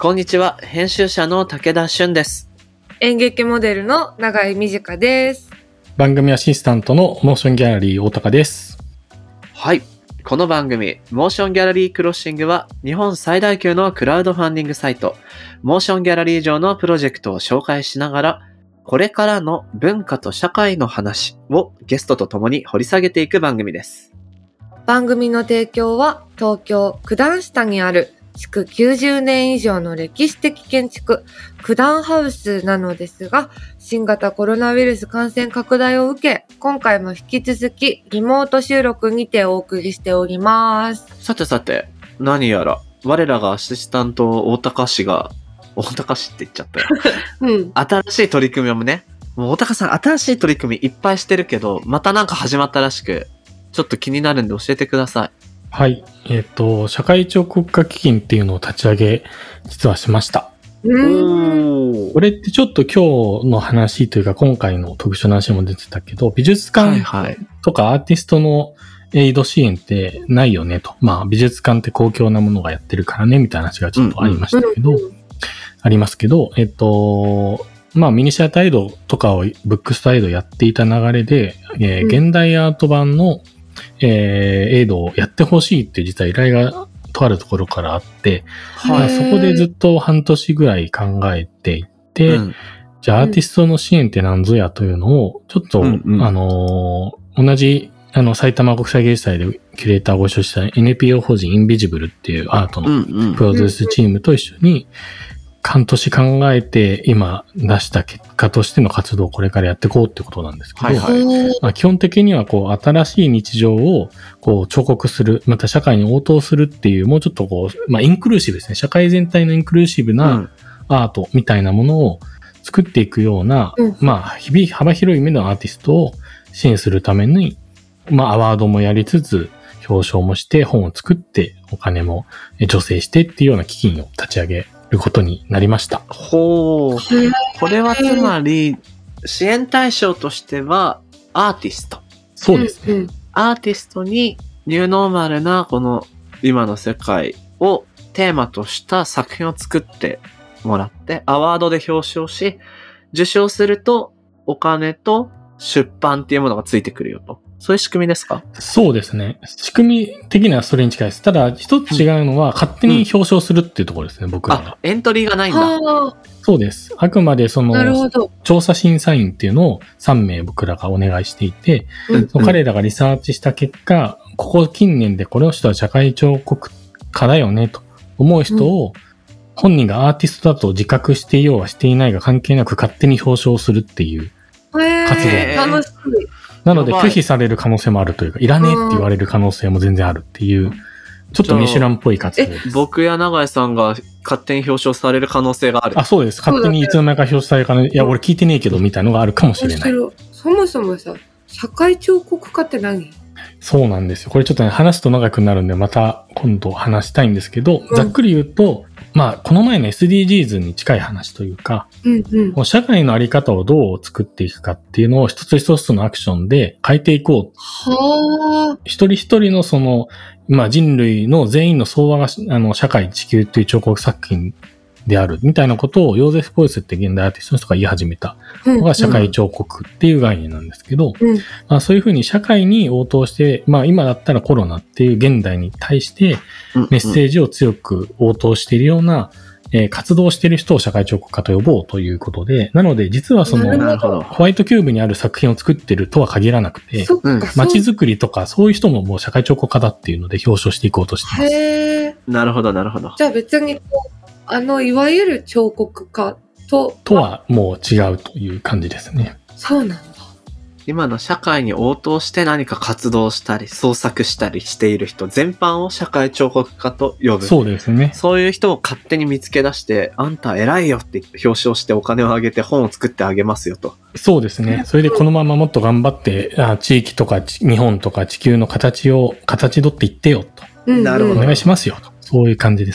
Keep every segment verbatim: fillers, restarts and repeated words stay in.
こんにちは、編集者の武田俊です。 演劇モデルの永井美智香です。 番組アシスタントのモーションギャラリー大高です。 はい、この番組モーションギャラリークロッシングは日本最大級のクラウドファンディングサイトモーションギャラリー上のプロジェクトを紹介しながら、これからの文化と社会の話をゲストと共に掘り下げていく番組です。 番組の提供は東京九段下にある築きゅうじゅうねん以上の歴史的建築九段ハウスなのですが、新型コロナウイルス感染拡大を受け、今回も引き続きリモート収録にてお送りしております。 さてさて、何やら我らがアシスタント大高氏が大高氏って言っちゃったよ、うん、新しい取り組みもね、もう大高さん新しい取り組みいっぱいしてるけど、またなんか始まったらしく、ちょっと気になるんで教えてください。 はい。えっと、社会彫刻家基金っていうのを立ち上げ、実はしました。 うんこれってちょっと今日の話というか、今回の特集の話も出てたけど、美術館とかアーティストのエイド支援ってないよねと。まあ、美術館って公共なものがやってるからね、みたいな話がちょっとありましたけど、うんうん、ありますけど、えっと、まあ、ミニシアターエイドとかをブックストアエイドやっていた流れで、えー、現代アート版のえー、エイドをやってほしいっていう実は依頼がとあるところからあって、はい、そこでずっと半年ぐらい考えていって、うん、じゃあアーティストの支援って何ぞやというのを、ちょっと、うんうん、あのー、同じ、あの、埼玉国際芸術祭でキュレーターをご一緒した エヌピーオー 法人インビジブルっていうアートのプロデュースチームと一緒に、半年考えて今出した結果としての活動をこれからやっていこうってことなんですけど、はいはいまあ、基本的にはこう新しい日常をこう彫刻する、また社会に応答するっていう、もうちょっとこう、まあインクルーシブですね。社会全体のインクルーシブなアートみたいなものを作っていくような、うん、まあ日々幅広い目のアーティストを支援するために、まあアワードもやりつつ、表彰もして本を作ってお金も助成してっていうような基金を立ち上げることになりました。 ほう。これはつまり支援対象としてはアーティスト。 そうですね。 アーティストにニューノーマルなこの今の世界をテーマとした作品を作ってもらってアワードで表彰し、受賞するとお金と出版っていうものがついてくるよと。そういう仕組みですか？ そうですね。仕組み的にはそれに近いです。ただ、一つ違うのは、勝手に表彰するっていうところですね、うん、僕らが。 あ、エントリーがないんだ。 そうです。あくまでその、調査審査員っていうのをさんめい僕らがお願いしていて、うん、その彼らがリサーチした結果、ここ近年でこの人は社会彫刻家だよねと思う人を、本人がアーティストだと自覚していようがしていないが関係なく勝手に表彰するっていう活動。 楽しい。 なので拒否される可能性もあるというか、いらねえって言われる可能性も全然あるっていう、ちょっとミシュランっぽい活動です。 僕や永井さんが勝手に表彰される可能性がある。 あ、そうです。勝手にいつの間にか表彰される可能性、いや、俺聞いてねえけどみたいなのがあるかもしれない。 そもそもさ、社会彫刻家って何？ そうなんですよ。これちょっとね、話すと長くなるんで、また今度話したいんですけど、うん、ざっくり言うと、まあ、この前の エスディージーズ に近い話というか、 うんうん、 社会のあり方をどう作っていくかっていうのを一つ一つのアクションで変えていこう。 はあ。 一人一人のその、まあ人類の全員の総和が、あの、社会地球という彫刻作品であるみたいなことをヨーゼフ・ボイスって現代アーティストの人が言い始めたのが社会彫刻っていう概念なんですけど、 うんまあ、そういうふうに社会に応答して、まあ今だったらコロナっていう現代に対してメッセージを強く応答しているような、えー、活動している人を社会彫刻家と呼ぼうということで、なので実はそのホワイトキューブにある作品を作っているとは限らなくて、街づくりとかそういう人ももう社会彫刻家だっていうので表彰していこうとしています。 へー。 なるほどなるほど。 じゃあ別にあの、いわゆる彫刻家と。 とはもう違うという感じですね。 そうなんだ。 今の社会に応答して何か活動したり創作したりしている人全般を社会彫刻家と呼ぶ。 そうですね。 そういう人を勝手に見つけ出して、あんた偉いよって表彰してお金をあげて本を作ってあげますよと。 そうですね。それでこのままもっと頑張って、あ地域とか日本とか地球の形を形取っていってよと。 なるほど。 お願いしますよと。そういう感じですね。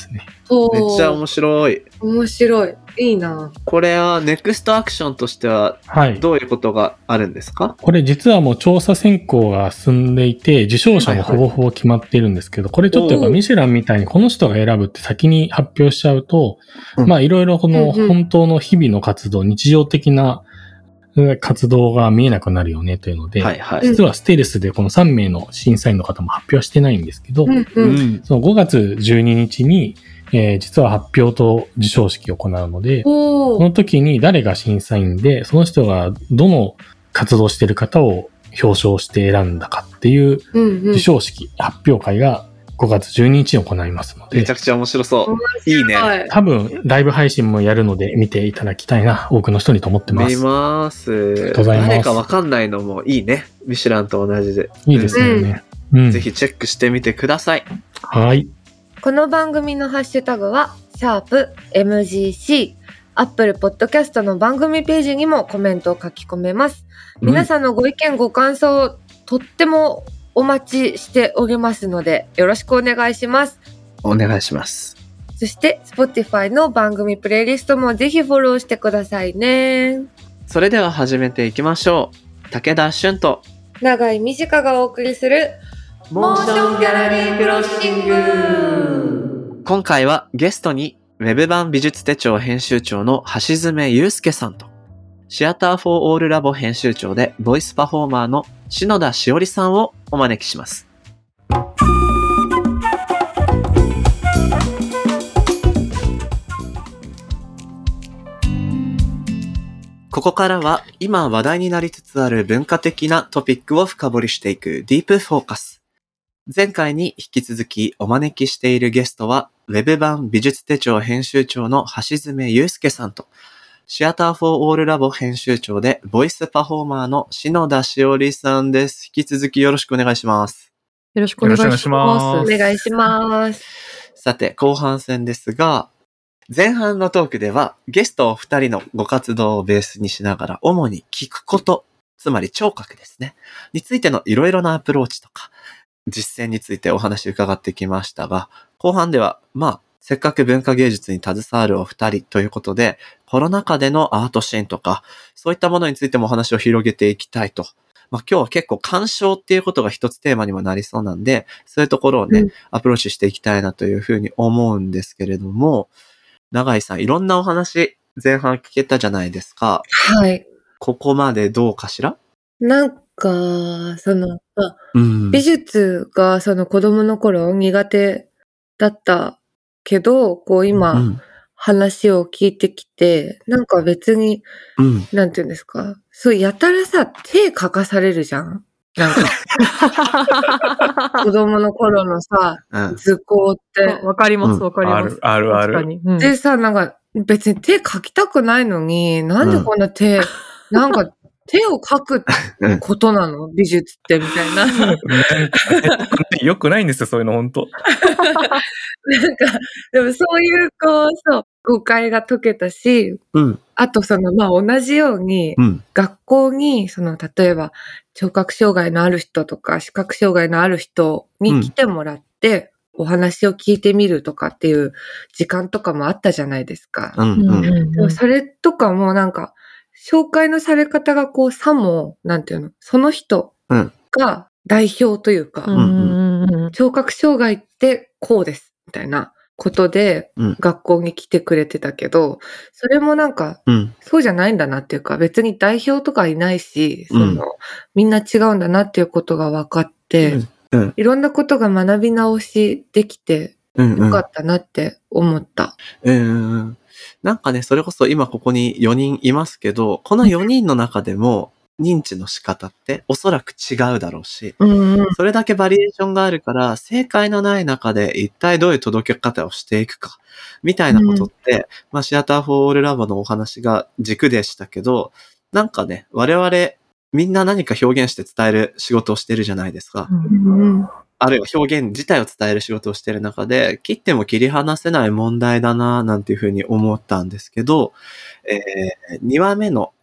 そうめっちゃ面白い。 面白い。いいな。 これはネクストアクションとしてははい。 どういうことがあるんですか？ これ実はもう調査選考が進んでいて、受賞者もほぼほぼ決まっているんですけど、これちょっとやっぱミシュランみたいにこの人が選ぶって先に発表しちゃうと、 うんまあいろいろこのうんうん本当の日々の活動、日常的なうん活動が見えなくなるよねというので、 はいはい。 実はステルスでこのさん名の審査員の方も発表はしてないんですけど、 うんううん。 ん。 そのごがつじゅうににちに、えー実は発表と授賞式を行うので、 おー。 その時に誰が審査員で、その人がどの活動している方を表彰して選んだかっていううんうん。 授賞式、発表会がごがつじゅうににちに行いますのでめちゃ、くちゃ面白そう。いいね。 はい。 多分ライブ配信もやるので見ていただきたいな、多くの人にと思ってま見す。 ます。 ありがとうございます誰かわかんないのもいいね。ミシュランと同じで。 いいですよね。うん。 ぜひチェックしてみてください。 はい。 この番組のハッシュタグは、シャープ エムジーシー、Apple Podcast の番組ページにもコメントを書き込めます。皆さんのご意見ご感想、とってもお待ちしておりますので、よろしくお願いします。 お願いします。 そして Spotify の番組プレイリストもぜひフォローしてくださいね。 それでは始めていきましょう。武田俊と長井美智香がお送りするモーションギャラリークロッシング。 今回はゲストにウェブ版美術手帳編集長の橋爪祐介さんとシアターフォーオールラボ編集長でボイスパフォーマーの篠田しおりさんをお招きします。ここからは今話題になりつつある文化的なトピックを深掘りしていくディープフォーカス。前回に引き続きお招きしているゲストはウェブ版美術手帳編集長の橋爪祐介さんとシアターフォーオールラボ編集長でボイスパフォーマーの篠田しおりさんです。引き続きよろしくお願いします。 よろしくお願いしよろしくお願いしま。 ますお願いします。 さて、後半戦ですが、前半のトークではゲストお二人のご活動をベースにしながら主に聞くこと、つまり聴覚ですね、についてのいろいろなアプローチとか実践についてお話伺ってきましたが、後半ではまあせっかく文化芸術に携わるお二人ということで、コロナ禍でのアートシーンとかそういったものについてもお話を広げていきたいと。まあ今日は結構鑑賞っていうことが一つテーマにもなりそうなんで、そういうところをね、 うん、 アプローチしていきたいなというふうに思うんですけれども、永井さん、いろんなお話前半聞けたじゃないですか。 はい。 ここまでどうかしら？ なんか、その、まあ、 うん。 美術がその子供の頃苦手だったけど、こう今、 うん。 話を聞いてきて、なんか別に、 うん。 なんていうんですか、そうやたらさ、手書かされるじゃん。なんか、子供の頃のさ、 うん。 図工って。 わかります、 うんわかります。 あるあるある確かに。うんでさ、なんか、別に手書きたくないのに、なんでこんな手、なんか手を書くうん。 ことなの美術ってみたいな。なんか、 よくないんですよ、そういうの、ほんと。 でもそういう、こう、そう、誤解が解けたし、 うん。 あとその、まあ同じように、 うん。 学校に、その、例えば、聴覚障害のある人とか、視覚障害のある人に来てもらって、お話を聞いてみるとかっていう時間とかもあったじゃないですか。 うん。 うんうん。 うんでもそれとかもなんか、紹介のされ方がこう、さも、なんていうの、その人うん。 が代表というか、 うんうんうん聴覚障害ってこうです、みたいなことでうん。 学校に来てくれてたけど、それもなんか、 うん。 そうじゃないんだなっていうか、別に代表とかいないし、そうんの、みんな違うんだなっていうことが分かって、 うんうんいろんなことが学び直しできてうん。 よかったなって思った。 うんうん。なんかね、それこそ今ここによにんいますけど、このよにんの中でも認知の仕方っておそらく違うだろうし、 うんうん。 それだけバリエーションがあるから、正解のない中で一体どういう届け方をしていくか、みたいなことって、まあシアターフォーオールラボのお話が軸でしたけど、なんかね、我々みんな何か表現して伝える仕事をしてるじゃないですか。 うんうんあるいは表現自体を伝える仕事をしている中で、切っても切り離せない問題だな、なんていうふうに思ったんですけど、えー、にわめの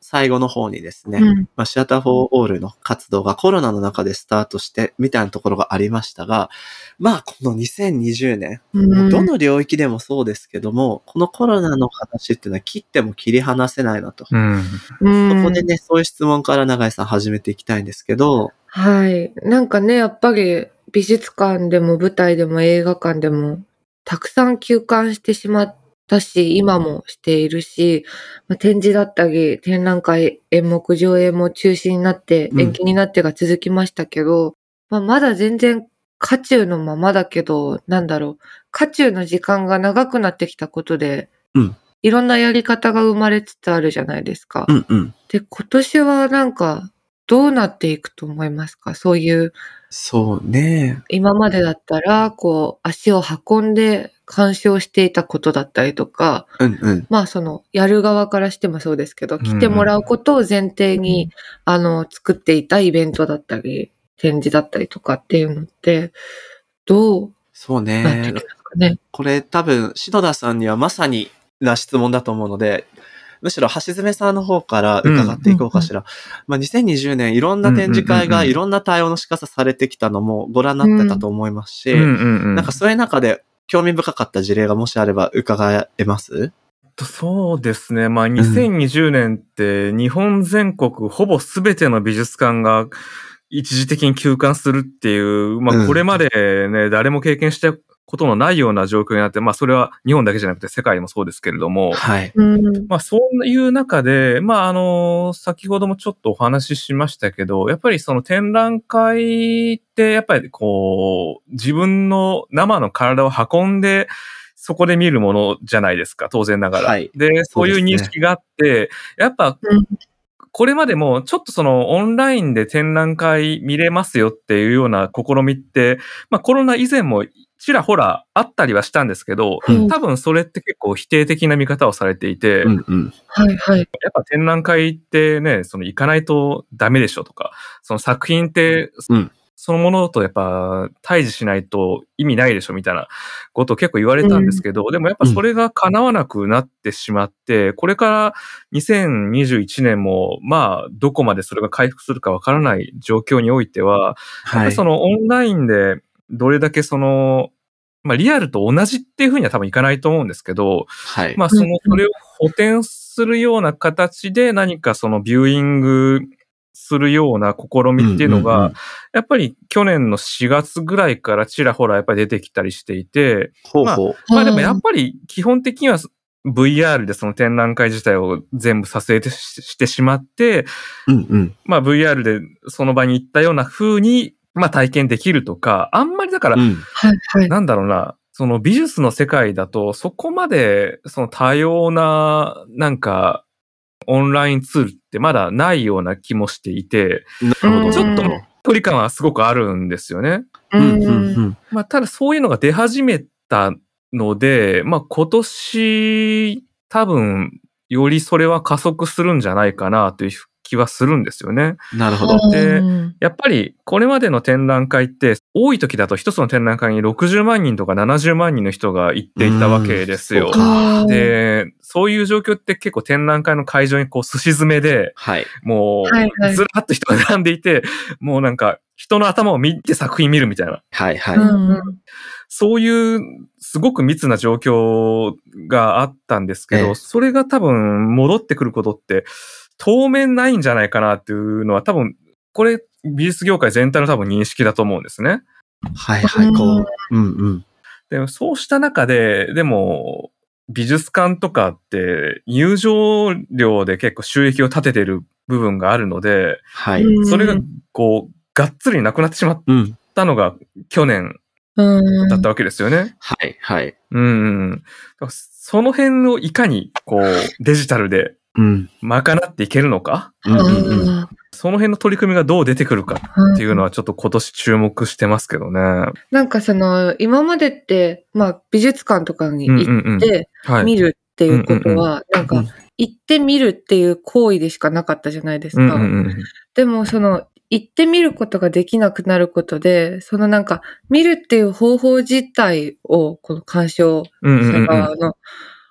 最後の方にですね、 うんまあ、シアターフォーオールの活動がコロナの中でスタートしてみたいなところがありましたが、まあこのにせんにじゅうねん、 うんどの領域でもそうですけども、このコロナの話っていうのは切っても切り離せないなと。 うん。 うんそこでね、そういう質問から永井さん始めていきたいんですけど、 はい。なんかね、やっぱり美術館でも舞台でも映画館でもたくさん休館してしまったし、今もしているし、まあ、展示だったり、展覧会、演目上映も中止になって、 うん延期になってが続きましたけど、まあ、まだ全然渦中のままだけど、なんだろう、渦中の時間が長くなってきたことで、 うんいろんなやり方が生まれつつあるじゃないですか。 うんうん。 で、今年はなんか、どうなっていくと思いますか？そういうそうね。 今までだったら、こう、足を運んで鑑賞していたことだったりとか、 うんうん。 まあ、その、やる側からしてもそうですけど、 ん来てもらうことを前提に、あの、作っていたイベントだったり、展示だったりとかっていうのって、どうそうねなっていき。ますかね？ これ多分、篠田さんにはまさにな質問だと思うので、むしろ橋爪さんの方から伺っていこうかしら。まあ、にせんにじゅうねんいろんな展示会がうんうんうんうんいろんな対応の仕方されてきたのもご覧になってたと思いますし、 うんうんうん。 なんかそういう中で興味深かった事例がもしあれば伺えます？ そうですね。まあ、にせんにじゅうねんって日本全国ほぼ全ての美術館が一時的に休館するっていう、まあ、 うんこれまでね、誰も経験したことのないような状況になって、まあ、それは日本だけじゃなくて世界でもそうですけれども、 はい。 うん。 まあ、そういう中で、まあ、あの、先ほどもちょっとお話ししましたけど、やっぱりその展覧会って、やっぱりこう、自分の生の体を運んで、そこで見るものじゃないですか、当然ながら。 はいで、そういう認識があって、やっぱ、 うんこれまでもちょっとそのオンラインで展覧会見れますよっていうような試みって、まあコロナ以前もちらほらあったりはしたんですけど、 うん多分それって結構否定的な見方をされていて、 うんうん。 はいはい。 やっぱ展覧会ってね、その行かないとダメでしょとか、その作品ってうんそのものとやっぱ対峙しないと意味ないでしょみたいなことを結構言われたんですけど、でもやっぱそれが叶わなくなってしまって、これからにせんにじゅういちねんもまあどこまでそれが回復するかわからない状況においては、やっぱはい。 りそのオンラインでどれだけその、まあリアルと同じっていうふうには多分いかないと思うんですけど、 はい。 まあその、それを補填するような形で何かそのビューイングするような試みっていうのが、 うんうんうんやっぱり去年のしがつぐらいからちらほらやっぱり出てきたりしていて、 ほうほう。 まあでもやっぱり基本的には ブイアール でその展覧会自体を全部撮影してしまって、 うんうん。 まあ ブイアール でその場に行ったような風に、まあ体験できるとか、あんまりだから、 うん。 はいはい。 なんだろうな、その美術の世界だとそこまでその多様ななんかオンラインツールってまだないような気もしていて、 なるほど。 ちょっとうん距離感はすごくあるんですよね。 ううんうんん。 うん。 まあ、ただそういうのが出始めたので、まあ今年多分よりそれは加速するんじゃないかなという気はするんですよね。 なるほど。 でうんやっぱりこれまでの展覧会って多い時だと一つの展覧会にろくじゅうまんにんとかななじゅうまんにんの人が行っていたわけですようんそう。かで、そういう状況って結構展覧会の会場にこう寿司詰めで、 はい。 もはいはいうずらっと人が並んでいて、もうなんか人の頭を見て作品見るみたいな。 はいはい。 うんうんそういうすごく密な状況があったんですけど、 ええそれが多分戻ってくることって当面ないんじゃないかなっていうのは多分、これ美術業界全体の多分認識だと思うんですね。 はいはい。こう。うんうん。 でもそうした中で、でも美術館とかって入場料で結構収益を立ててる部分があるので、 はい。 うんそれがこう、がっつりなくなってしまっうん。 たのが去年うんだったわけですよね。 はいはい。 うんうん。だからその辺をいかにこうデジタルでうん。 賄っていけるのか、 うんうんうん。 あその辺の取り組みがどう出てくるかーっていうのはちょっと今年注目してますけどね。 なんかその、今までって、まあ、美術館とかにうんうん行うん。 ってはい。 見るっていうことは、なんかうん、 行ってみるっていう行為でしかなかったじゃないですか。 うんうんうん。 でも、その、行ってみることができなくなることで、そのなんか、見るっていう方法自体を、この鑑賞うんうんうん者側の、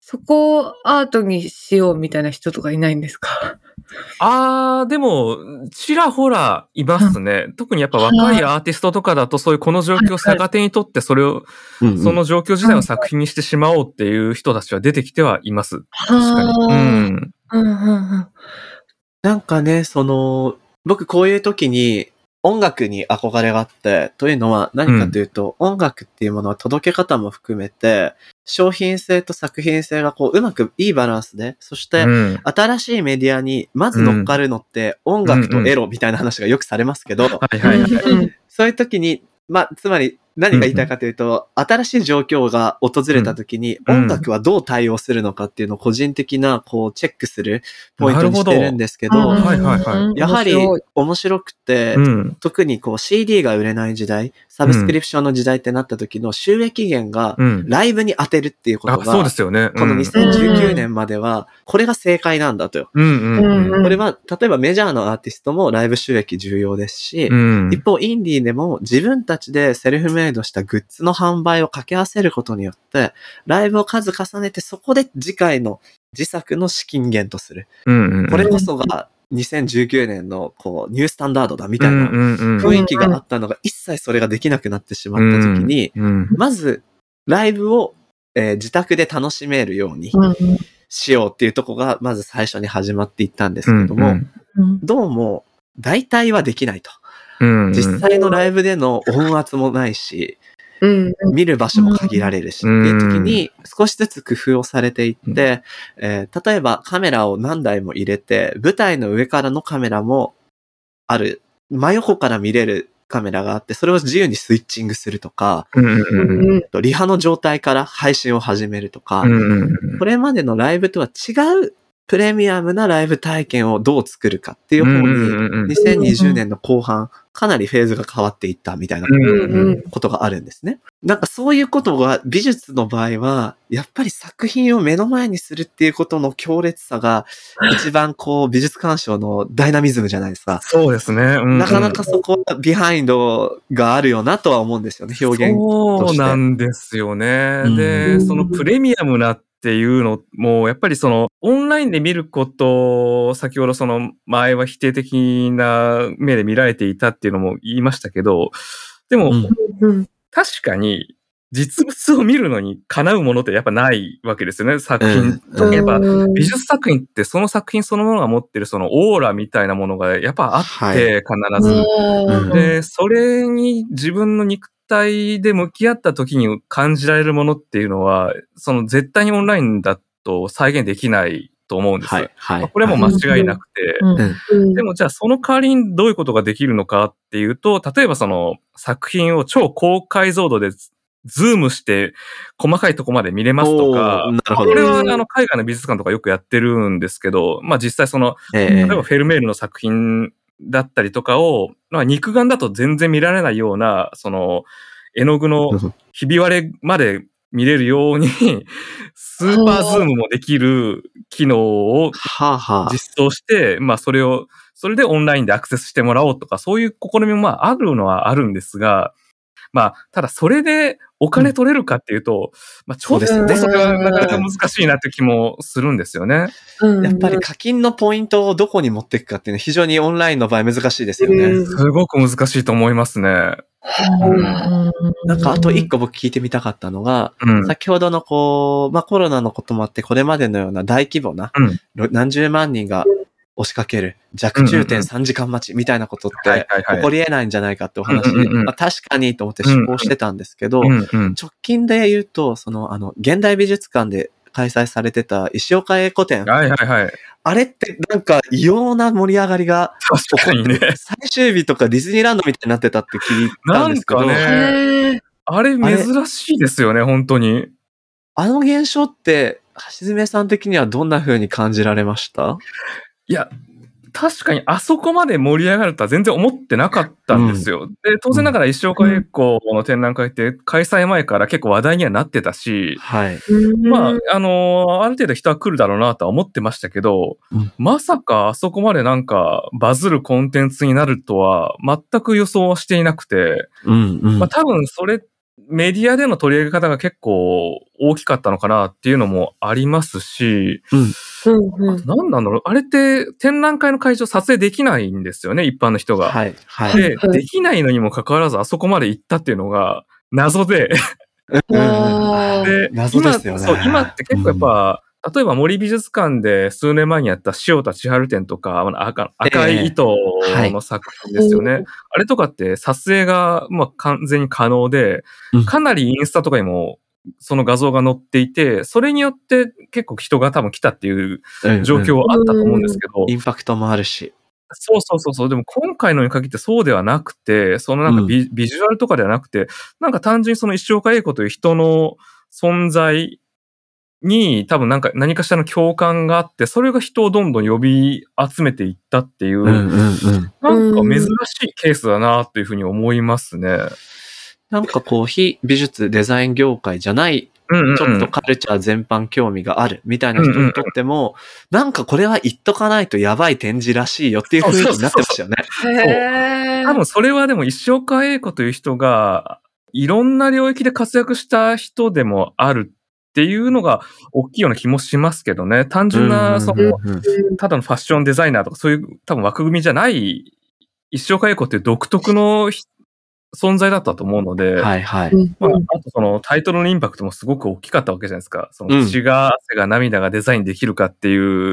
そこをアートにしようみたいな人とかいないんですか？ あー、でも、ちらほらいますね。特にやっぱ若いアーティストとかだと、そういうこの状況を逆手にとってそれを、 うんうんその状況自体を作品にしてしまおうっていう人たちは出てきてはいます。確かに。うん。 うんうんうんなんかね、その、僕こういう時に音楽に憧れがあって、というのは何かというと、音楽っていうものは届け方も含めて、商品性と作品性がこう、うまくいいバランスで、そしてうん新しいメディアにまず乗っかるのって音楽とエロみたいな話がよくされますけど、 はいはいはい。 うんうんそういう時に、まあ、つまり何が言いたいかというと、新しい状況が訪れた時に、 うん音楽はどう対応するのかっていうのを個人的な、こう、チェックするポイントにしてるんですけど、 うんはいはいはいやはり面白い面白くて、 うん。 特にこう シーディー が売れない時代、サブスクリプションの時代ってなった時の収益源がうん。 ライブに当てるっていうことあ、そうでが、 すよね。 このうんにせんじゅうきゅうねんまでは、これが正解なんだと。 うんうんうん。 これは、例えばメジャーのアーティストもライブ収益重要ですし、 うん。 一方、インディーでも自分たちでセルフメイドしたグッズの販売を掛け合わせることによって、ライブを数重ねてそこで次回の自作の資金源とする。 うんうん。 これこそがにせんじゅうきゅうねんのこうニュースタンダードだみたいな雰雰囲気があったのが一切それができなくなってしまった時に、 うんまずライブを、えー自宅で楽しめるようにうんしようっていうところがまず最初に始まっていったんですうんけども、 うんどうも代替はできないと。 うん。 実際のライブでの音圧もないし、 うん見る場所も限られるし、 うんっていう時に少しずつ工夫をされていって、えー例えばカメラを何台も入れて、舞台の上からのカメラもある、真横から見れるカメラがあって、それを自由にスイッチングするとか、 うんうんうん。 うんリハの状態から配信を始めるとか、 うんうんこれまでのライブとは違うプレミアムなライブ体験をどう作るかっていう方うんうんに、 うんにせんにじゅうねんの後半、かなりフェーズが変わっていったみたいなうんうんうんことがあるんですね。なんかそういうことが美術の場合は、やっぱり作品を目の前にするっていうことの強烈さが、一番こう美術鑑賞のダイナミズムじゃないですか。 そうですね。うんうんなかなかそこはビハインドがあるよなとは思うんですよね、表現として。 そうなんですよね。 うで、 んそのプレミアムなっていうのも、やっぱりそのオンラインで見ることを、先ほどその前は否定的な目で見られていたっていうのも言いましたけど、でもうんうん確かに実物を見るのにかなうものってやっぱないわけですよね、作品とうんやっぱうん美術作品ってその作品そのものが持ってるそのオーラみたいなものがやっぱあって、必ず。 うんで、それに自分の肉体で向き合った時に感じられるものっていうのは、その絶対にオンラインだと再現できないと思うんです。 はい、はい。 まあこれはもう間違いなくて。 うんうんでもじゃあその代わりにどういうことができるのかっていうと、例えばその作品を超高解像度でズームして細かいとこまで見れますとかおー、なるほどこれはあの海外の美術館とかよくやってるんですけど、まあ実際その、 え例えばフェルメールの作品だったりとかを、まあ、肉眼だと全然見られないような、その絵の具のひび割れまで見れるように、スーパーズームもできる機能をはあ、はあ。 実装して、まあそれを、それでオンラインでアクセスしてもらおうとか、そういう試みもまああるのはあるんですが、まあ、ただそれでお金取れるかっていうと、まあちょっとそうですねそれはなかなか難しいなって気もするんですよね。 うんやっぱり課金のポイントをどこに持っていくかっていうのは非常にオンラインの場合難しいですよね。 うんすごく難しいと思いますね。 なんかあと一個僕聞いてみたかったのが、 うん。 先ほどのこう、まあコロナのこともあってこれまでのような大規模な、 うん何十万人が押しかける弱中点さんじかん待ちみたいなことっはいてはいはい起こり得ないんじゃないかってお話、 うんうんうんまあ、確かにと思って思考してたんですけど、 うんうん。 直近で言うと、そのあの、現代美術館で開催されてた石岡英子展、 はいはいはい。 あれってなんか異様な盛り上がりが確かにね。 最終日とかディズニーランドみたいになってたって聞いたんですけど、 なんかねへーあれ珍しいですよね、本当に。 あの現象って、橋爪さん的にはどんな風に感じられました？ いや、確かにあそこまで盛り上がるとは全然思ってなかったんですよ。で、当然ながら石岡英子の展覧会って開催前から結構話題にはなってたし、 はい。 まあ、あのーある程度人は来るだろうなとは思ってましたけど、 うんまさかあそこまでなんかバズるコンテンツになるとは全く予想はしていなくて、 うんうん。 まあ多分それメディアでの取り上げ方が結構大きかったのかなっていうのもありますし、 うん。 うんうん。 何なんだろう、あれって展覧会の会場撮影できないんですよね、一般の人が。 はい。はい。 で、 はいできないのにもかかわらずあそこまで行ったっていうのが謎で、 うんうんうんあーで、 謎ですよね。 今、そう、今って結構やっぱ、例えば森美術館で数年前にやった塩田千春展とか、あの赤赤い糸の作品ですよね。 はいあれとかって撮影がまあ完全に可能で、 うんかなりインスタとかにもその画像が載っていて、それによって結構人が多分来たっていううんうん状況はあったと思うんですけど、 インパクトもあるし。 そうそうそうそう。でも今回のに限ってそうではなくて、そのなんかビ,、ビジュアルとかではなくて、なんか単純にその石岡英子という人の存在に多分なんか何かしらの共感があって、それが人をどんどん呼び集めていったっていう、 うんうんうん。 なんか珍しいケースだなというふうに思いますね。 なんかこう、非美術デザイン業界じゃない、 うんうんうん、 ちょっとカルチャー全般興味があるみたいな人にとっても、なんかこれは言っとかないとやばい展示らしいよっていう雰囲気になってましたよね。 へー。 多分それはでも石岡英子という人がいろんな領域で活躍した人でもあるっていうのが大きいような気もしますけどね。単純な、その、 うんうんただのファッションデザイナーとかそういう多分枠組みじゃない石岡英子っていう独特の存在だったと思うので、 はいはい。 まあ、あとそのタイトルのインパクトもすごく大きかったわけじゃないですか。その血が汗が涙がデザインできるかっていう、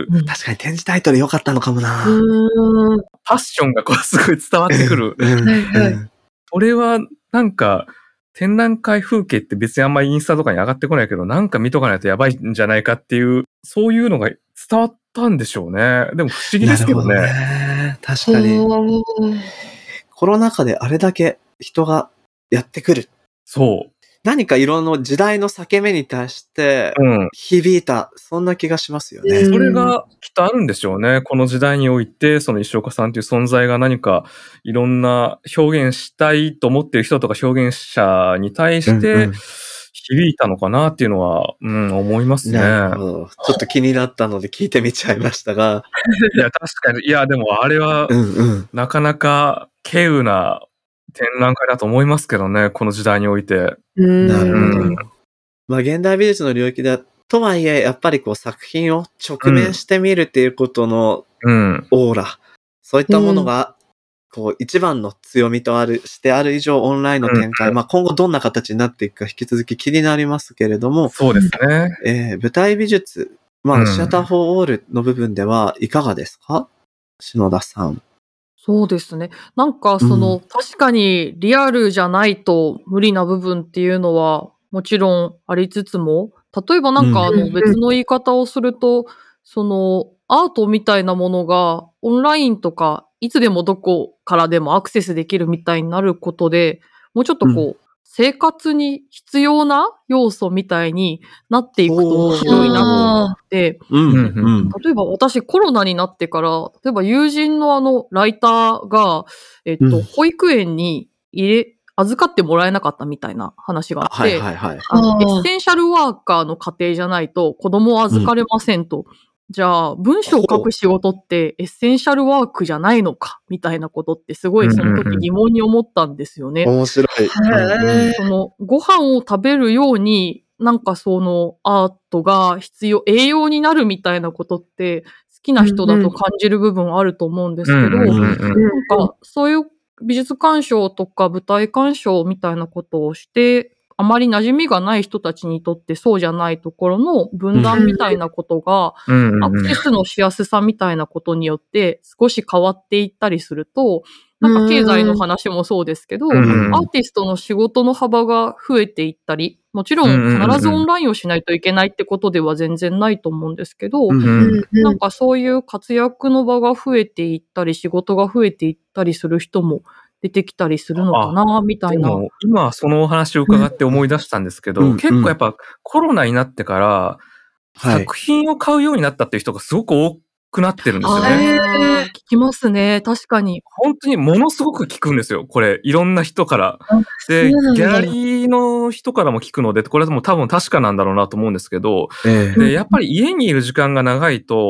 うん確かに展示タイトル良かったのかもな。 うん。 パッションがこうすごい伝わってくる。 うんはいはいうんこれはなんか展覧会風景って別にあんまりインスタとかに上がってこないけど、なんか見とかないとやばいんじゃないかっていう、そういうのが伝わったんでしょうね。でも不思議ですけどね。 なるほどね。確かに。 うんコロナ禍であれだけ人がやってくる。 そ何か色の時代の裂け目に対してう。うん。 響いた、そんな気がしますよね。 うんそれがきっとあるんでしょうね。この時代において、その石岡さんという存在が何かいろんな表現したいと思っている人とか表現者に対しうんうてん響いたのかなっていうのは、うん、思いますね。 なるほど。ちょっと気になったので聞いてみちゃいましたが。 いや、確かに。いや、でもあれはうんうん。 なかなか稀有な展覧会だと思いますけどね、この時代において。 うんなるほど。 うんまあ現代美術の領域では、とはいえ、やっぱりこう作品を直面してみるっていうことのうん。 オーラ、そういったものが、こう一番の強みとある、してある以上オンラインの展開、 うんまあ今後どんな形になっていくか引き続き気になりますけれども、 そうですね。 えー舞台美術、まうんあシアターフォーオールの部分ではいかがですか？篠田さん。 そうですね。なんかその、確かにリアルじゃないと無理な部分っていうのはもちろんありつつも、例えばなんかあうんの別の言い方をすると、そのアートみたいなものがオンラインとかいつでもどこからでもアクセスできるみたいになることで、もうちょっとこう、生活に必要な要素みたいになっていくと面白いなと思って、 うんうんうん。 例えば私コロナになってから、例えば友人のあのライターが、えっと、 うん保育園に入れ、預かってもらえなかったみたいな話があって、 はいはいはい。 あのあーエッセンシャルワーカーの家庭じゃないと子供を預かれませんと。じゃあ、文章を書く仕事ってエッセンシャルワークじゃないのかみたいなことってすごいその時疑問に思ったんですよね。 面白い。 へーその、ご飯を食べるように、なんかそのアートが必要、栄養になるみたいなことって、好きな人だと感じる部分あると思うんですけど、 うんうんうんうんなんかそういう美術鑑賞とか舞台鑑賞みたいなことをして、あまり馴染みがない人たちにとってそうじゃないところの分断みたいなことが、 うんうんアクセスのしやすさみたいなことによって少し変わっていったりすると、なんか経済の話もそうですけど、 うんアーティストの仕事の幅が増えていったり、もちろん必ずオンラインをしないといけないってことでは全然ないと思うんですけど、 うんうんうんなんかそういう活躍の場が増えていったり、仕事が増えていったりする人も出てきたりするのかな、みたいな。 でも、今そのお話を伺って思い出したんですけど、 うん結構やっぱコロナになってから、 はい。 作品を買うようになったっていう人がすごく多くなってるんですよあね。 ー聞きますね。確かに。 本当にものすごく聞くんですよ。これ、いろんな人から。で、 そうなんだギャラリーの人からも聞くので、これはもう多分確かなんだろうなと思うんですけど、 ええで、やっぱり家にいる時間が長いと、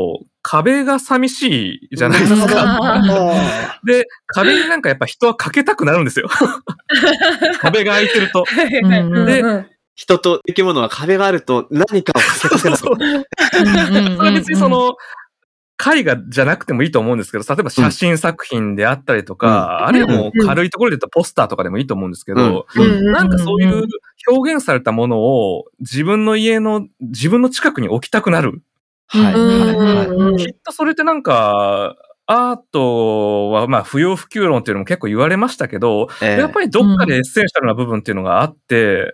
壁が寂しいじゃないですか。で、壁になんかやっぱ人はかけたくなるんですよ。壁が空いてると。で、 人と生き物は壁があると何かをかけたくなる。 そうそうそれ別にその、絵画じゃなくてもいいと思うんですけど、例えば写真作品であったりとか、うん、あるいはもう軽いところで言ったらポスターとかでもいいと思うんですけど、うん、なんかそういう表現されたものを自分の家の、自分の近くに置きたくなる。 はいはいはい。 きっとそれってなんか、アートはまあ不要不急論っていうのも結構言われましたけど、えー、やっぱりどっかでエッセンシャルな部分っていうのがあって、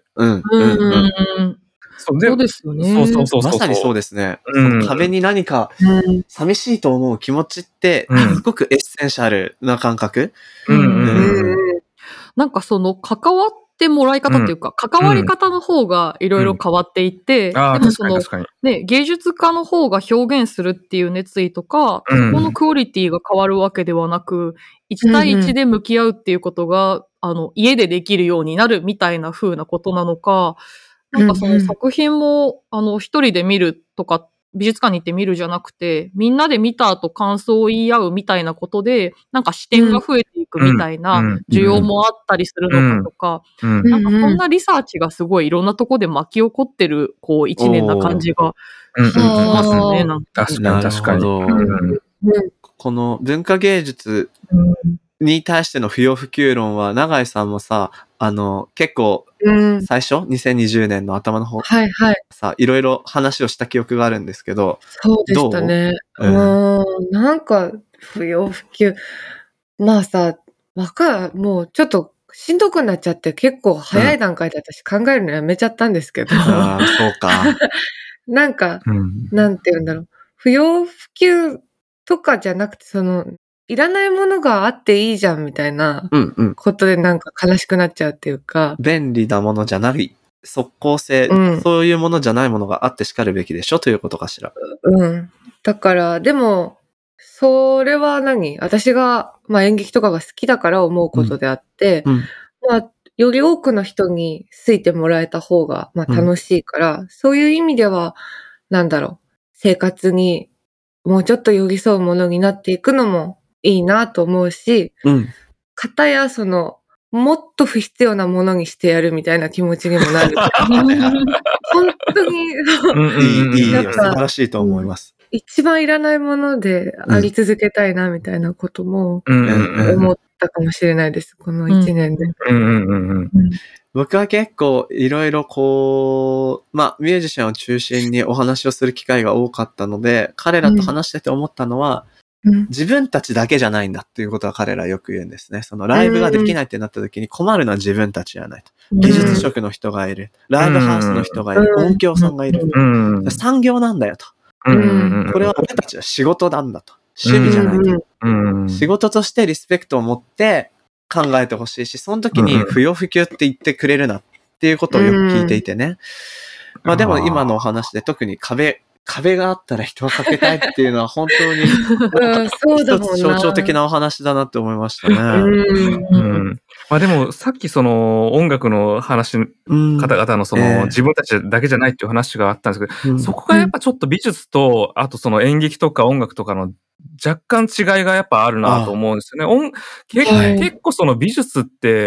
うんうんうんそう、そうですよね。 そうそうそうそう。 まさにそうですね。 うん、 その壁に何か寂しいと思う気持ちって、うん、すごくエッセンシャルな感覚。 うんうんうん、 なんかその関わってもらい方っていうか、うん、関わり方の方がいろいろ変わっていって、 うん、 でもその、ね、芸術家の方が表現するっていう熱意とか、うん、そこのクオリティが変わるわけではなく、いち対いちで向き合うっていうことが、うん、あの、家でできるようになるみたいな風なことなのか、なんかその作品も、あの、一人で見るとか、美術館に行って見るじゃなくて、みんなで見た後感想を言い合うみたいなことで、なんか視点が増えていくみたいな需要もあったりするのかとか、なんかそんなリサーチがすごいいろんなとこで巻き起こってる、こう、一年な感じがしますね。なんか確かに確かに。 この文化芸術に対しての不要不急論は、永井さんもさ、あの、結構、最初、うん、にせんにじゅうねんの頭の方、 はいはい。 さ、いろいろ話をした記憶があるんですけど、 そうでしたね。うーん、なんか、不要不急。まあさ、わかる、もうちょっとしんどくなっちゃって、結構早い段階で私考えるのやめちゃったんですけど。 うん、ああ、そうか。 なんか、うん、なんて言うんだろう。不要不急とかじゃなくて、その、いらないものがあっていいじゃんみたいなことでなんか悲しくなっちゃうっていうか。 うんうん、便利なものじゃない、即効性、うん、そういうものじゃないものがあってしかるべきでしょということかしら。 うん。だから、でも、それは何？私が、まあ演劇とかが好きだから思うことであって、うんうん、まあ、より多くの人に好いてもらえた方が、まあ楽しいから、うん、そういう意味では、なんだろう、生活にもうちょっと寄り添うものになっていくのも、いいなと思うし、 うん。 かたやその、もっと不必要なものにしてやるみたいな気持ちにもなる。本当に、 いい、いい、素晴らしいと思います。 一番いらないものであり続けたいなみたいなことも思ったかもしれないです、この一年で。 僕は結構いろいろこう、まあミュージシャンを中心にお話をする機会が多かったので、彼らと話してて思ったのは、うん、自分たちだけじゃないんだっていうことは彼らよく言うんですね。そのライブができないってなった時に困るのは自分たちじゃないと。技術職の人がいる。ライブハウスの人がいる。音響さんがいる。産業なんだよと。これは俺たちは仕事なんだと。趣味じゃないと。仕事としてリスペクトを持って考えてほしいし、その時に不要不急って言ってくれるなっていうことをよく聞いていてね。まあでも今のお話で特に壁、壁があったら人をかけたいっていうのは本当に一つ象徴的なお話だなって思いましたね。 うん、まあでもさっきその音楽の話、方々のその、えー、自分たちだけじゃないっていう話があったんですけど、うん、そこがやっぱちょっと美術と、あとその演劇とか音楽とかの若干違いがやっぱあるなと思うんですよね。音結, 結構その美術って、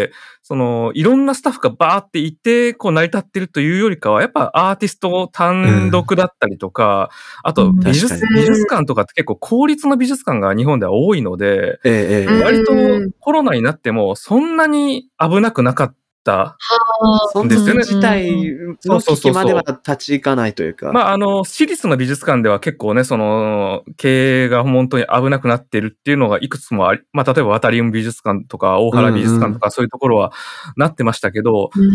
そのいろんなスタッフがバーっていて、こう成り立ってるというよりかは、やっぱアーティスト単独だったりとか、うん、あと美術、美術館とかって結構公立の美術館が日本では多いので、ええ、割とコロナになってもそんなに危なくなかった。 そんですよね。自体の危機までは立ち行かないというか。 まあ、あの、私立の美術館では結構ね、その、経営が本当に危なくなっているっていうのがいくつもあり、まあ、例えばワタリウム美術館とか、大原美術館とか、そういうところはなってましたけど、うんうん、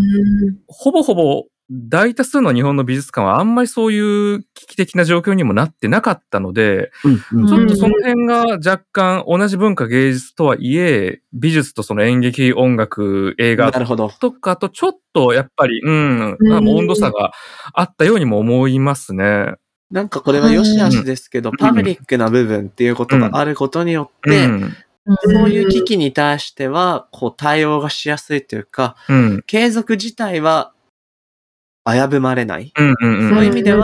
ほぼほぼ、大多数の日本の美術館はあんまりそういう危機的な状況にもなってなかったので、うんうん、ちょっとその辺が若干同じ文化芸術とはいえ、美術とその演劇、音楽、映画とかとちょっとやっぱり、うん、うん、温度差があったようにも思いますね。 なんかこれは良し悪しですけど、うん、パブリックな部分っていうことがあることによって、うんうん、そういう危機に対しては、こう対応がしやすいというか、うん、継続自体は危ぶまれない。うんうんうん、そういう意味では、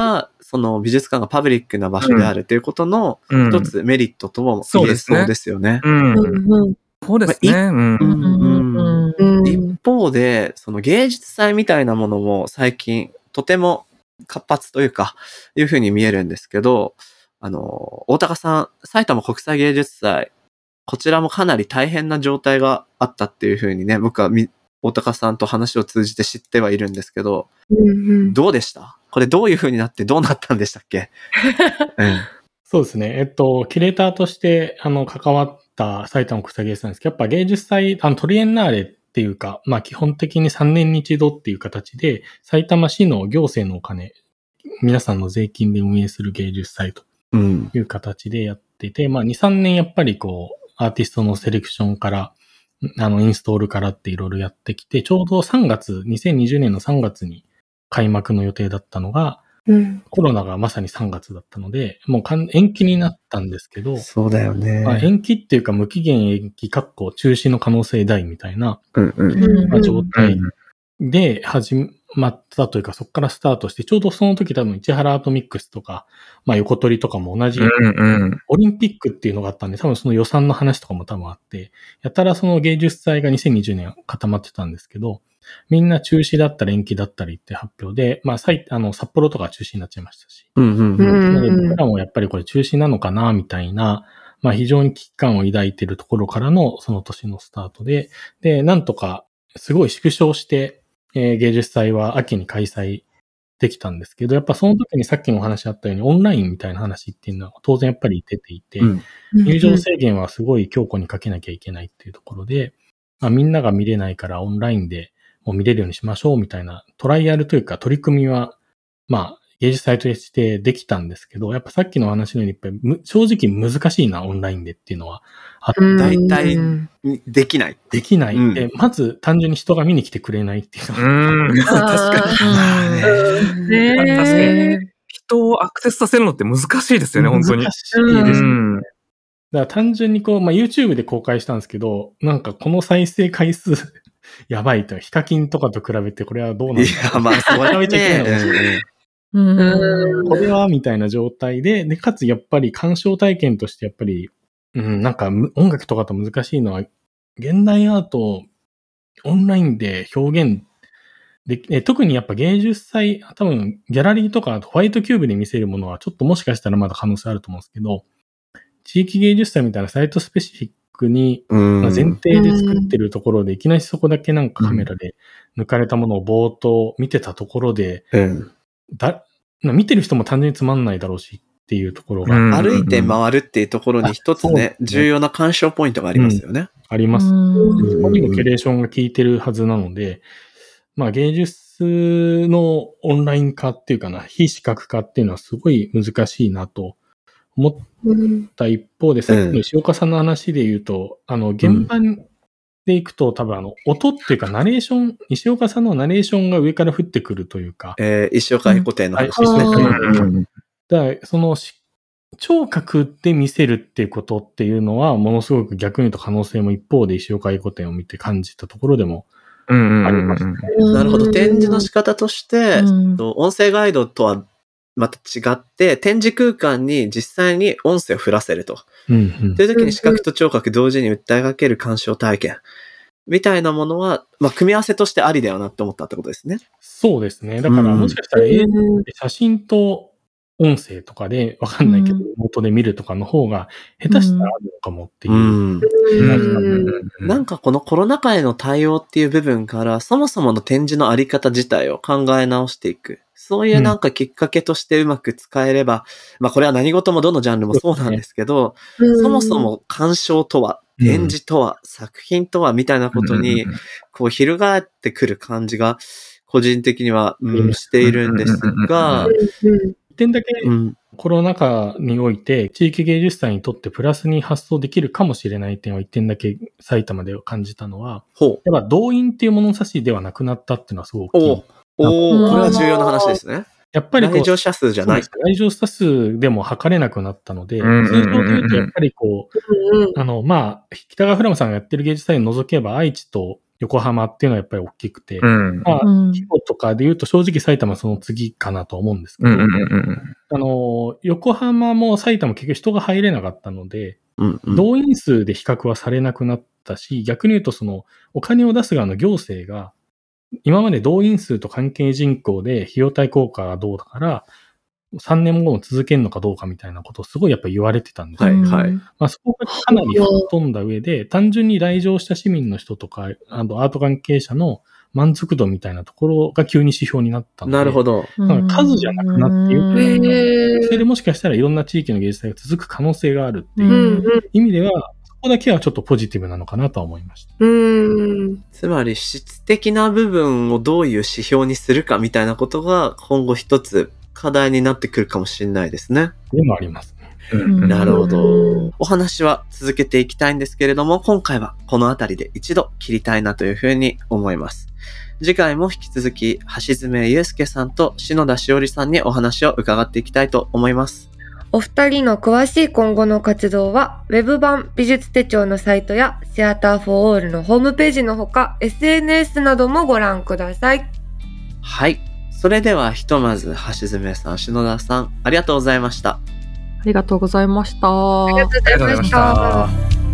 その美術館がパブリックな場所であるということの一つメリットとも言えそうですよね。 うん。 うん。 そうですね。うんうんうん、一方で、その芸術祭みたいなものも最近とても活発というか、いうふうに見えるんですけど、あの、大高さん、埼玉国際芸術祭、こちらもかなり大変な状態があったっていうふうにね、僕はみ大高さんと話を通じて知ってはいるんですけど、 うんうん、 どうでした？これどういう風になってどうなったんでしたっけ？うん、 そうですね。えっと、キュレーターとして、あの、関わった埼玉国際芸術祭なんですけど、やっぱ芸術祭、あの、トリエンナーレっていうか、まあ、基本的にさんねんに一度っていう形で、埼玉市の行政のお金、皆さんの税金で運営する芸術祭という形でやってて、うん、まあ、に、さんねんやっぱりこう、アーティストのセレクションから、あの、インストールからっていろいろやってきて、ちょうどさんがつ、にせんにじゅうねんのさんがつに開幕の予定だったのが、うん、コロナがまさにさんがつだったので、もう延期になったんですけど、 そうだよね。 まあ、延期っていうか無期限延期、かっこ中止の可能性大みたいな、 うんうんまあ、状態で始まったというか、そこからスタートして、ちょうどその時多分市原アートミックスとか、まあ横取りとかも同じ、オリンピックっていうのがあったんで、多分その予算の話とかも多分あって、やたらその芸術祭がにせんにじゅうねん固まってたんですけど、みんな中止だったり延期だったりって発表で、まあ、あの、札幌とか中止になっちゃいましたし。 うんうんうん。 なので僕らもやっぱりこれ中止なのかな、みたいな、まあ非常に危機感を抱いているところからのその年のスタートで、で、なんとかすごい縮小して、えー、芸術祭は秋に開催できたんですけど、やっぱその時にさっきのお話あったようにオンラインみたいな話っていうのは当然やっぱり出ていて、うん、入場制限はすごい強固にかけなきゃいけないっていうところで、まあ、みんなが見れないからオンラインでもう見れるようにしましょうみたいなトライアルというか取り組みは、まあ、芸術祭としてできたんですけど、やっぱさっきの話のように、やっぱり正直難しいな、オンラインでっていうのはあって。 大体できない。 できない。うん、で、まず単純に人が見に来てくれないっていうのが。うん。確かに。まあね。ね確かに。人をアクセスさせるのって難しいですよね、本当に。 難しいですね。うん、だから単純にこう、まあ、YouTube で公開したんですけど、なんかこの再生回数、やばいと、ヒカキンとかと比べてこれはどうなんだろう。いや、まあ、それはめちゃいけないのかもしれない。 うん、これはみたいな状態で、で、かつやっぱり鑑賞体験としてやっぱり、うん、なんか音楽とかと難しいのは、現代アートをオンラインで表現でき、特にやっぱ芸術祭、多分ギャラリーとかホワイトキューブで見せるものはちょっともしかしたらまだ可能性あると思うんですけど、地域芸術祭みたいなサイトスペシフィックに、まあ、前提で作ってるところで、いきなりそこだけなんかカメラで抜かれたものをぼーっと見てたところで、 うんだ見てる人も単純につまんないだろうしっていうところが、 うん、歩いて回るっていうところに一つね、ね重要な鑑賞ポイントがありますよね。うん、 あります。そこにもキュレーションが効いてるはずなので、まあ芸術のオンライン化っていうかな、非視覚化っていうのはすごい難しいなと思った一方で、さっきの石岡さんの話で言うと、あの現場で行くと多分あの音っていうかナレーション、石岡さんのナレーションが上から降ってくるというか。 えー、石岡彦亭の話ですね。 だからその聴覚で見せるっていうことっていうのはものすごく逆に言うと可能性も一方で石岡彦亭を見て感じたところでもありますね。 なるほど。展示の仕方として、うん、音声ガイドとはまた違って、展示空間に実際に音声を振らせると。 うんうん、 という時に視覚と聴覚同時に訴えかける鑑賞体験みたいなものは、まあ、組み合わせとしてありだよなって思ったってことですね。 そうですね。だからもしかしたら映像で写真と音声とかでわかんないけど、元で見るとかの方が下手したらあるのかもっていう。うんうん、なんかこのコロナ禍への対応っていう部分から、そもそもの展示のあり方自体を考え直していく。そういうなんかきっかけとしてうまく使えれば、うん、まあこれは何事もどのジャンルもそうなんですけど、そ, ね、そもそも鑑賞とは、展示とは、うん、作品とはみたいなことに、こう翻ってくる感じが、個人的には、うん、しているんですが、 一点だけコロナ禍において地域芸術祭にとってプラスに発想できるかもしれない点は一点だけ埼玉で感じたのは、 ほう。 やっぱ動員っていう物差しではなくなったっていうのはすごく大きい。 おお、これは重要な話ですね。 やっぱり来場者数じゃない。 来場者数でも測れなくなったので、通常で言うとやっぱりこう、あの、まあ、北川フラムさんがやってる芸術祭を除けば愛知と横浜っていうのはやっぱり大きくて、 うん。 まあ、 うん規模とかで言うと正直埼玉はその次かなと思うんですけど、 うんうんうんあの、横浜も埼玉も結局人が入れなかったので、 うんうん。 動員数で比較はされなくなったし、逆に言うとそのお金を出す側の行政が、今まで動員数と関係人口で費用対効果がどうだから、さんねんごも続けるのかどうかみたいなことをすごいやっぱ言われてたんですよ。 はいはい。 うんまあ、そこがかなり吹っ飛んだ上で、単純に来場した市民の人とか、あのアート関係者の満足度みたいなところが急に指標になったので、 なるほど。 なんか数じゃなくなっていくうんへーそれでもしかしたらいろんな地域の芸術祭が続く可能性があるってういううんうん意味では、そこだけはちょっとポジティブなのかなとは思いました。 うんつまり質的な部分をどういう指標にするかみたいなことが今後一つ課題になってくるかもしれないですね。 でもありますね。 うん。 なるほどうん。 お話は続けていきたいんですけれども、今回はこのあたりで一度切りたいなというふうに思います。次回も引き続き橋爪祐介さんと篠田しおりさんにお話を伺っていきたいと思います。 お二人の詳しい今後の活動は、ウェブ版美術手帳のサイトやシアターフォーオールのホームページのほか、エスエヌエス などもご覧ください。 はい。それではひとまず橋爪さん、篠田さん、ありがとうございました。 ありがとうございました。 ありがとうございましありがとうございましたた。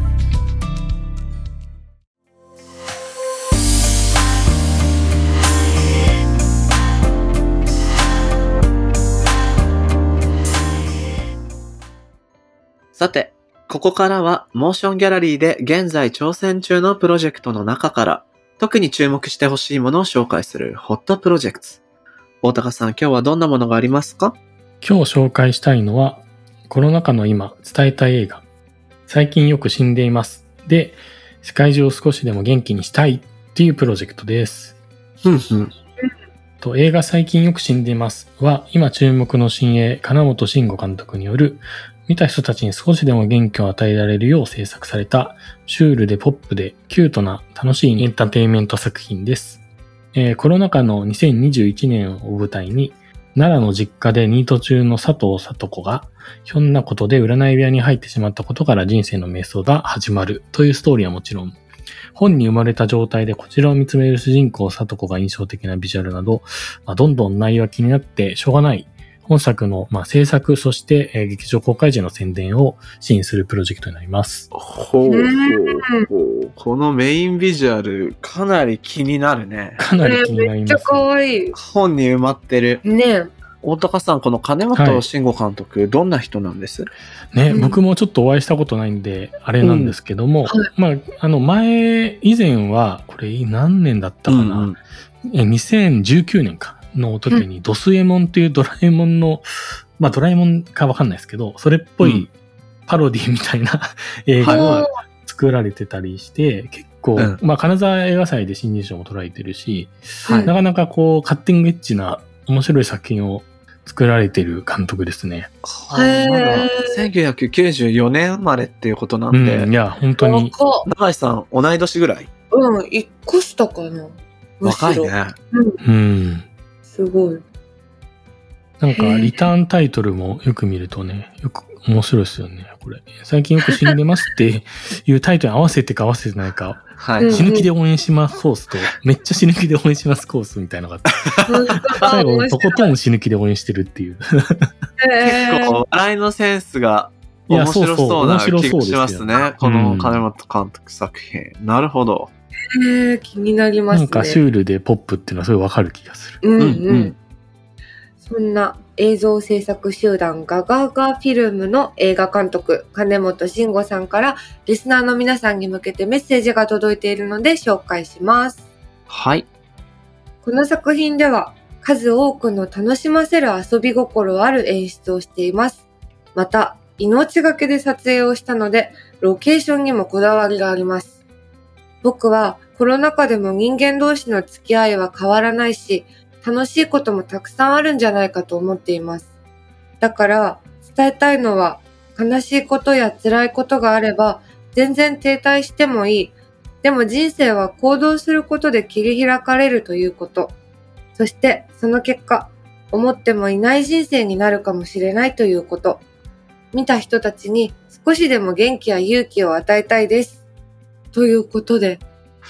さて、ここからはモーションギャラリーで現在挑戦中のプロジェクトの中から特に注目してほしいものを紹介するホットプロジェクト。大高さん、今日はどんなものがありますか？ 今日紹介したいのは、コロナ禍の今伝えたい映画、最近よく死んでいます。で、世界中を少しでも元気にしたいっていうプロジェクトです。 ふんふん。 と映画最近よく死んでいますは、今注目の新鋭、金本慎吾監督による、見た人たちに少しでも元気を与えられるよう制作された、シュールでポップでキュートな楽しいエンターテインメント作品です。えー、コロナ禍のにせんにじゅういちねんを舞台に、奈良の実家でニート中の佐藤聡子が、ひょんなことで占い部屋に入ってしまったことから人生の瞑想が始まるというストーリーはもちろん、本に生まれた状態でこちらを見つめる主人公聡子が印象的なビジュアルなど、まあ、どんどん内容が気になってしょうがない、本作の、まあ、制作、そして、えー、劇場公開時の宣伝を支援するプロジェクトになります。 ほうほうほう。このメインビジュアル、かなり気になるね。 かなり気になりめっちゃます。 可愛い。 本に埋まってる。 ねえ。 大高さん、この金本慎吾監督、どんな人なんです？ ね、 うん僕もちょっとお会いしたことないんで、あれなんですけども、 うんまあ、あの、前、以前は、これ何年だったかな、 うんうんえにせんじゅうきゅうねんかの時に、ドスエモンというドラえもんの、まあ、ドラえもんかわかんないですけど、それっぽいパロディみたいな映画はを作られてたりして、結構、 うんまあ、金沢映画祭で新人賞も捉えてるし、 はいなかなかこう、カッティングエッジな面白い作品を作られてる監督ですね。 はへーあまだせんきゅうひゃくきゅうじゅうよねん生まれっていうことなんで、 うん、いや、本当に、 若永井さん、同い年ぐらい？ うん、一個下かな。 若いね。 うん、 うん。 すごい。 なんか、 へーリターンタイトルもよく見るとね、よく面白いですよね、これ。最近よく死んでますっていうタイトルに合わせてか合わせてないか、 はい。 うん死ぬ気で応援しますコースと、めっちゃ死ぬ気で応援しますコースみたいなのがあって、最後、とことん死ぬ気で応援してるっていう。 結構、笑いのセンスがいや面白そうな気がそうそう面白そうですよしますね。この金本監督作品。なるほど。 へー気になりますね。 なんかシュールでポップっていうのはすごいわかる気がする。 うんうん。 うんうんそんな映像制作集団ガガガフィルムの映画監督金本慎吾さんからリスナーの皆さんに向けてメッセージが届いているので紹介します。 はい。 この作品では数多くの楽しませる遊び心ある演出をしています。また命がけで撮影をしたのでロケーションにもこだわりがあります。僕はコロナ禍でも人間同士の付き合いは変わらないし楽しいこともたくさんあるんじゃないかと思っています。だから伝えたいのは悲しいことや辛いことがあれば全然停滞してもいい。でも人生は行動することで切り開かれるということ。そしてその結果、思ってもいない人生になるかもしれないということ。見た人たちに少しでも元気や勇気を与えたいです。ということで。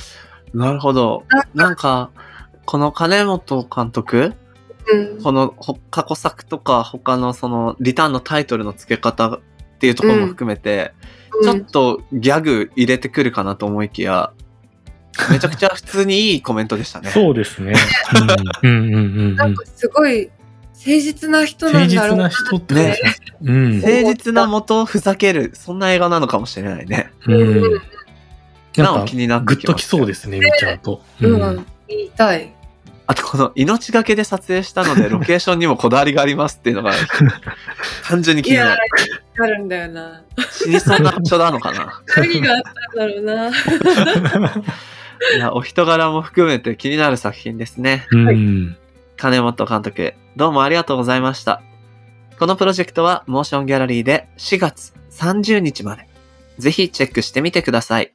なるほど。なんか、この金本監督、 うん。 このほ過去作とか他のそのリターンのタイトルの付け方っていうところも含めて、ちょっとギャグ入れてくるかなと思いきや、めちゃくちゃ普通にいいコメントでしたね。 そうですね。うんうんうんうんなんかすごい誠実な人な誠んだろうな。 実な人ってね。うん。 誠実な元をふざける、そんな映画なのかもしれないね。 うん。 ななんかお気になってグッときますきそうですね、見ちゃうと。 う、 うんん。 言いたい。 あとこの命がけで撮影したのでロケーションにもこだわりがありますっていうのが単純に気いやになる。 ー、あるんだよな。 死にそうな場所なのかな。 何があったんだろうな。 いや、お人柄も含めて気になる作品ですね。 うん。 金本監督、どうもありがとうございました。このプロジェクトはモーションギャラリーでしがつさんじゅうにちまで。ぜひチェックしてみてください。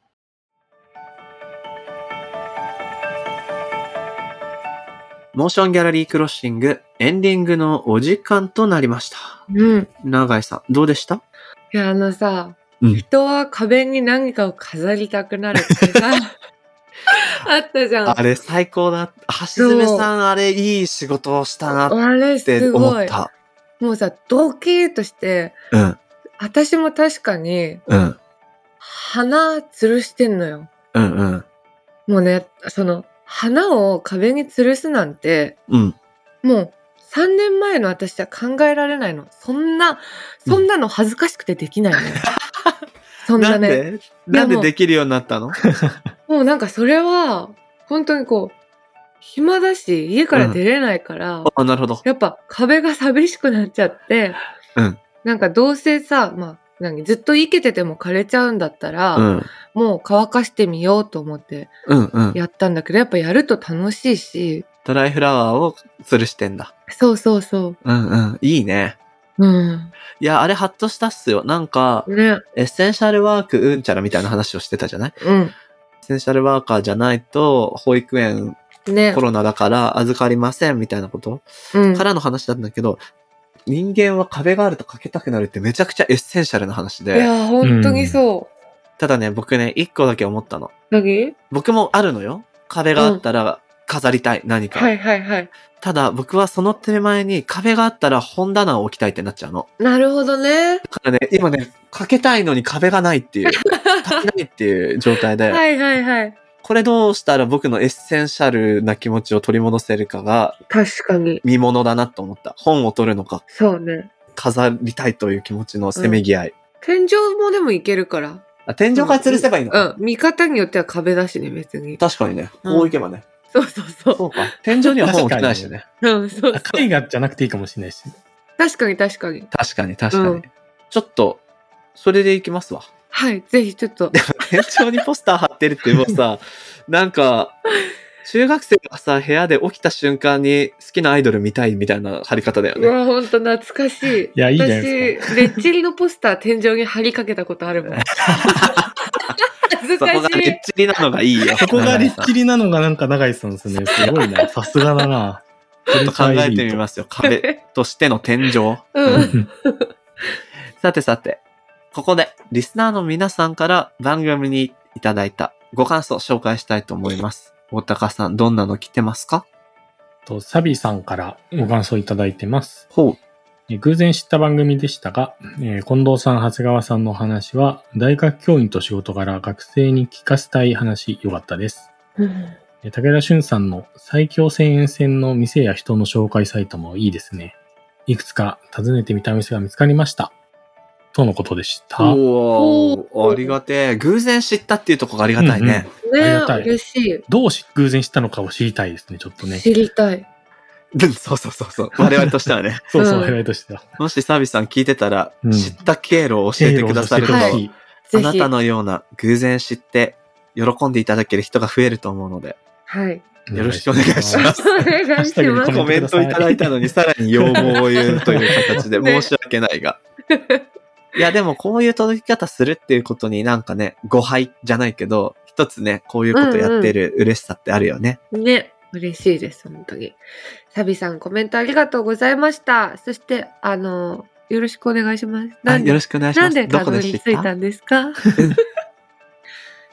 モーションギャラリークロッシングエンディングのお時間となりました。 うん。 永井さん、どうでした？ いや、あのさ、 うん人は壁に何かを飾りたくなるってさ、あったじゃん。 あれ最高だ。橋爪さん、あれいい仕事をしたなっあれてすごい。 思った。 もうさ、ドキッとして、 うん、 私も確かにうん、 花吊るしてんのよ。 うん、うん、 もうね、その花を壁に吊るすなんて、 うん。 もうさんねんまえの私は考えられないの。そんな、そんなの恥ずかしくてできないのよ。そんななんね。 でなんでできるようになったの？ もうなんかそれは、本当にこう、暇だし、家から出れないから、 あ、なるほど。 やっぱ壁が寂しくなっちゃって、 うん、 なんかどうせさ、まあ、何ずっと生けてても枯れちゃうんだったら、 うん、 もう乾かしてみようと思ってうん、うん。 やったんだけど、やっぱやると楽しいし、 ドライフラワーを吊るしてんだ。 そうそうそうん、うん。いいね。 う。うん。 いや、あれハッとしたっすよ。なんか、 ね。 エッセンシャルワークうんちゃらみたいな話をしてたじゃない？ うん。 エッセンシャルワーカーじゃないと、保育園ねコ。ロナだから預かりませんみたいなことうん。 からの話だったんだけど、人間は壁があるとかけたくなるってめちゃくちゃエッセンシャルな話で、 いや、本当にそう。 ただね、僕ね、一個だけ思ったの。 何？ 僕もあるのよ。壁があったら飾りたい、何か。 はいはいはい。 ただ僕はその手前に壁があったら本棚を置きたいってなっちゃうの。 なるほどね。 だからね、今ね、かけたいのに壁がないっていう、足りないっていう状態で、 はいはいはい。 これどうしたら僕のエッセンシャルな気持ちを取り戻せるかが確かに。 見ものだなと思った。本を取るのか、 そうね。 飾りたいという気持ちのせめぎ合い。 天井もでもいけるから。 あ、天井から吊るせばいいのか。 うん。見方によっては壁だしね、別に。 確かにね。 うんこういけばね。 そうそうそう。 そうか。天井には本置きないしね。 うん、そうそう。 絵画じゃなくていいかもしれないし。 確かに確かに。 確かに確かに。 うんちょっと、それでいきますわ。 はい、ぜひちょっと。 天井にポスター貼ってるってもうさ、なんか、中学生がさ、部屋で起きた瞬間に好きなアイドル見たいみたいな貼り方だよね。 うわ、ほんと懐かしい。 いやいいじゃないで私、レッチリのポスター天井に貼りかけたことあるもん。恥ずかそこがレッしい。 チリなのがいいよ。 そこがリッチリなのがなんか長井さんですね。すごいな。さすがだな。 ちょっと考えてみますよ。壁としての天井。 うん。 さてさて、ここでリスナーの皆さんから番組にいただいたご感想を紹介したいと思います。大高さん、どんなの来てますか？ とサビさんからご感想いただいてます。 ほう。 え偶然知った番組でしたが、えー近藤さん、長谷川さんのお話は、大学教員と仕事柄学生に聞かせたい話、良かったです。えー武田俊さんの最強千円線の店や人の紹介サイトもいいですね。いくつか訪ねてみた店が見つかりました。とのことでした。 おー、ありがてえ。偶然知ったっていうところがありがたいね。 ねありがたい嬉しい。 どうし偶然知ったのかを知りたいですね、ちょっとね。 知りたい。 うん、そうそうそうそう。我々としてはね。 そうそう、 うん我々としては。 もしサビさん聞いてたら、 うん知った経路を教えてくださると、 経路を教えてほしいぜひ。 あなたのような偶然知って喜んでいただける人が増えると思うので、 はい。 よろしくお願いします。 お願いしハッシュタグますで。 コメントいただいたのにさらに要望を言うという形で申し訳ないが。いやでもこういう届き方するっていうことになんかね、誤配じゃないけど、一つね、こういうことやってる嬉しさってあるよね。 ね。嬉しいです、本当に。サビさん、コメントありがとうございました。そして、あの、よろしくお願いします。 はい、よろししくお願いします。 なんでどこたどりで知った着いたんですか？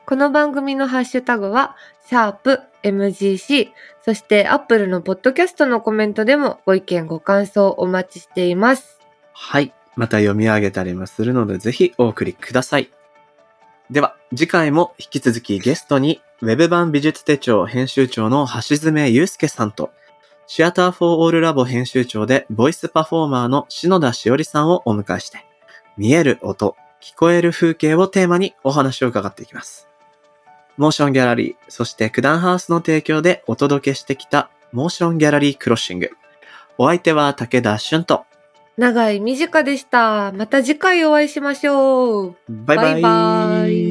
この番組のハッシュタグは、シャープ エムジーシー、そして Apple のポッドキャストのコメントでもご意見ご感想お待ちしています。 はい。また読み上げたりもするので、ぜひお送りください。では、次回も引き続きゲストに、ウェブ版美術手帳編集長の橋爪祐介さんと、シアターフォーオールラボ編集長でボイスパフォーマーの篠田しおりさんをお迎えして、見える音、聞こえる風景をテーマにお話を伺っていきます。モーションギャラリー、そして九段ハウスの提供でお届けしてきたモーションギャラリークロッシング。お相手は武田俊と、 長井美智香でした。また次回お会いしましょう。 バイバイ。 バイバイ。